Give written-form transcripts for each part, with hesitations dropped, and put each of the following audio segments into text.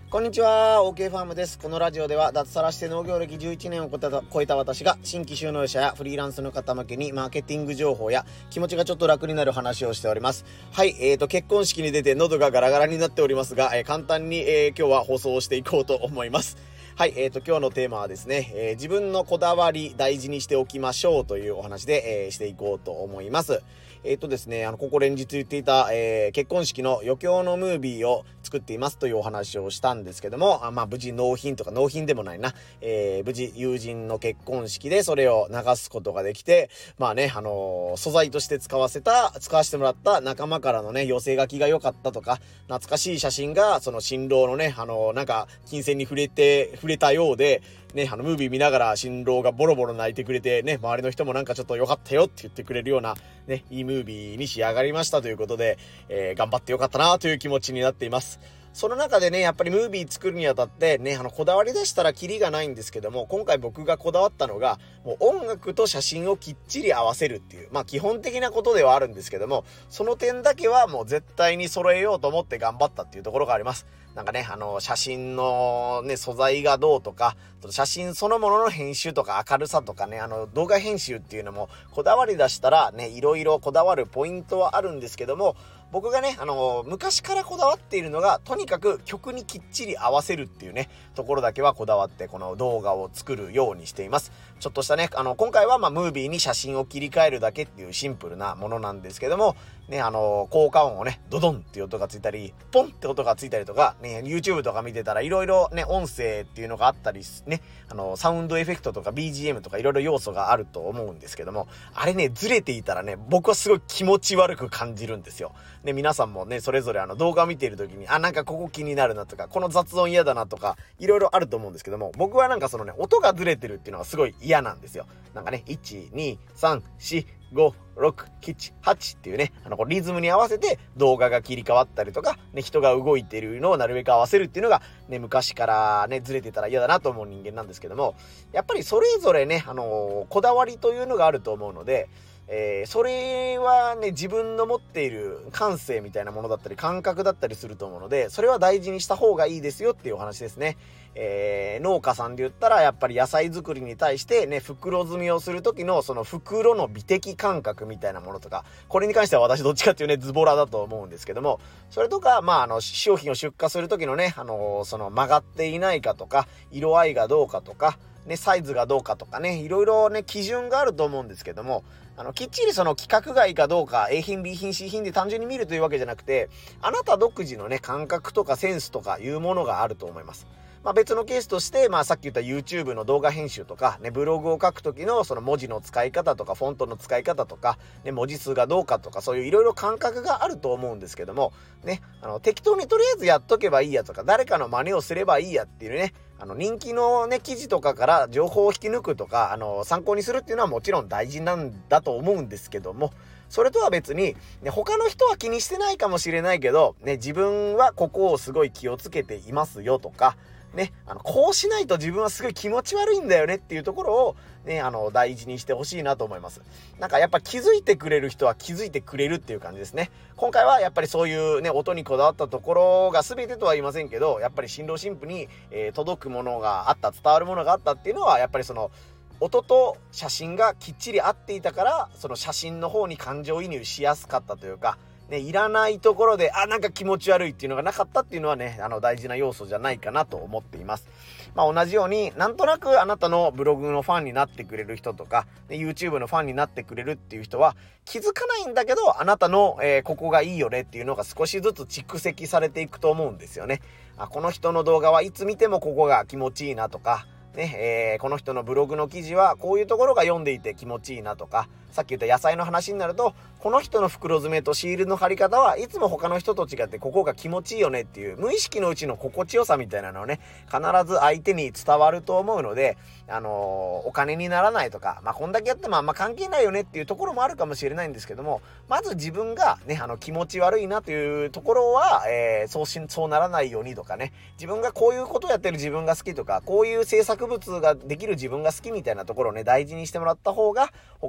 こんにちは、OK ファームです。このラジオでは脱サラして農業歴11年を超えた私が新規就農者やフリーランスの方向けにマーケティング情報や気持ちがちょっと楽になる話をしております。はい、結婚式に出て喉がガラガラになっておりますが、簡単に、今日は放送をしていこうと思います。はい、今日のテーマはですね、自分のこだわり大事にしておきましょうというお話で、していこうと思います。ですね、ここ連日言っていた、結婚式の余興のムービーを作っていますというお話をしたんですけども、無事納品とか納品でもないな、無事友人の結婚式でそれを流すことができて、素材として使わせてもらった仲間からのね、寄せ書きが良かったとか、懐かしい写真がその新郎のね、金銭に触れたようで、ね、ムービー見ながら新郎がボロボロ泣いてくれてね、周りの人もちょっと良かったよって言ってくれるようなね、いいムービーに仕上がりましたということで、頑張ってよかったなという気持ちになっています。その中でね、やっぱりムービー作るにあたってね、こだわり出したらキリがないんですけども、今回僕がこだわったのが、もう音楽と写真をきっちり合わせるっていう、基本的なことではあるんですけども、その点だけはもう絶対に揃えようと思って頑張ったっていうところがあります。写真のね、素材がどうとか、写真そのものの編集とか明るさとかね、動画編集っていうのもこだわり出したらね、いろいろこだわるポイントはあるんですけども、僕がね、昔からこだわっているのが、とにかく曲にきっちり合わせるっていうね、ところだけはこだわって、この動画を作るようにしています。ちょっとしたね、今回はムービーに写真を切り替えるだけっていうシンプルなものなんですけども、ね、効果音をね、ドドンっていう音がついたり、ポンって音がついたりとか、ね、YouTube とか見てたらいろいろね、音声っていうのがあったりね、サウンドエフェクトとか BGM とかいろいろ要素があると思うんですけども、あれね、ずれていたらね、僕はすごい気持ち悪く感じるんですよ。ね、皆さんもね、それぞれ動画を見ている時に、ここ気になるなとか、この雑音嫌だなとか、いろいろあると思うんですけども、僕は音がずれてるっていうのがすごい嫌なんですよ。1、2、3、4、5、6、7、8っていうね、リズムに合わせて動画が切り替わったりとか、ね、人が動いてるのをなるべく合わせるっていうのが、ね、昔からね、ずれてたら嫌だなと思う人間なんですけども、やっぱりそれぞれね、こだわりというのがあると思うので、それはね、自分の持っている感性みたいなものだったり感覚だったりすると思うので、それは大事にした方がいいですよっていうお話ですね。農家さんで言ったらやっぱり野菜作りに対してね、袋積みをする時のその袋の美的感覚みたいなものとか、これに関しては私どっちかっていうね、ズボラだと思うんですけども、それとか商品を出荷する時のね、その曲がっていないかとか、色合いがどうかとかね、サイズがどうかとかね、いろいろね、基準があると思うんですけども、きっちりその規格外かどうか、A 品、B 品、C 品で単純に見るというわけじゃなくて、あなた独自のね、感覚とかセンスとかいうものがあると思います。別のケースとして、さっき言った YouTube の動画編集とか、ね、ブログを書くときのその文字の使い方とか、フォントの使い方とか、ね、文字数がどうかとか、そういういろいろ感覚があると思うんですけども、ね、適当にとりあえずやっとけばいいやとか、誰かの真似をすればいいやっていうね、人気のね、記事とかから情報を引き抜くとか、参考にするっていうのはもちろん大事なんだと思うんですけども、それとは別に、ね、他の人は気にしてないかもしれないけど、ね、自分はここをすごい気をつけていますよとか、ね、こうしないと自分はすごい気持ち悪いんだよねっていうところを、ね、大事にしてほしいなと思います。やっぱ気づいてくれる人は気づいてくれるっていう感じですね。今回はやっぱりそういうね、音にこだわったところが全てとは言いませんけど、やっぱり新郎新婦に、届くものがあった、伝わるものがあったっていうのは、やっぱりその、音と写真がきっちり合っていたから、その写真の方に感情移入しやすかったというか、ね、いらないところで、気持ち悪いっていうのがなかったっていうのはね、大事な要素じゃないかなと思っています。同じように、なんとなくあなたのブログのファンになってくれる人とか、ね、YouTube のファンになってくれるっていう人は、気づかないんだけど、あなたの、ここがいいよねっていうのが少しずつ蓄積されていくと思うんですよね。この人の動画はいつ見てもここが気持ちいいなとか、ね、この人のブログの記事はこういうところが読んでいて気持ちいいなとか、さっき言った野菜の話になると、この人の袋詰めとシールの貼り方はいつも他の人と違ってここが気持ちいいよねっていう無意識のうちの心地よさみたいなのをね、必ず相手に伝わると思うので、お金にならないとか、こんだけやってもあんま関係ないよねっていうところもあるかもしれないんですけども、まず自分がね、気持ち悪いなというところは、そうならないようにとかね、自分がこういうことをやってる自分が好きとか、こういう制作物ができる自分が好きみたいなところをね、大事にしてもらった方が、他の人の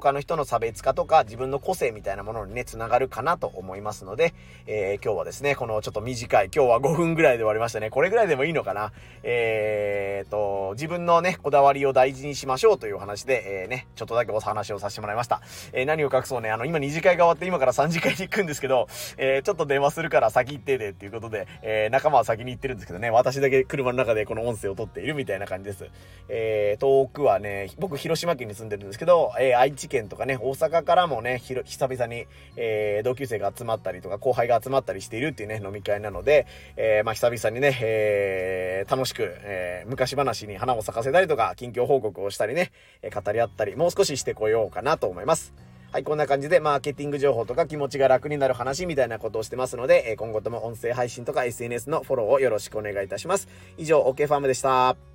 差別化とか自分の個性みたいなものにね、つながるかなと思いますので、今日はですね、このちょっと短い、今日は5分ぐらいで終わりましたね。これぐらいでもいいのかな。自分のね、こだわりを大事にしましょうというお話で、ちょっとだけお話をさせてもらいました。何を隠そうね、今2次会が終わって今から3次会に行くんですけど、ちょっと電話するから先行ってでっていうことで、仲間は先に行ってるんですけどね、私だけ車の中でこの音声を撮っているみたいな感じです。遠くはね、僕広島県に住んでるんですけど、愛知県とかね、大阪からもね、久々に、同級生が集まったりとか、後輩が集まったりしているっていうね、飲み会なので、久々にね、楽しく、昔話に花を咲かせたりとか、近況報告をしたりね、語り合ったり、もう少ししてこようかなと思います。はい、こんな感じでマーケティング情報とか気持ちが楽になる話みたいなことをしてますので、今後とも音声配信とか SNS のフォローをよろしくお願いいたします。以上、OK ファームでした。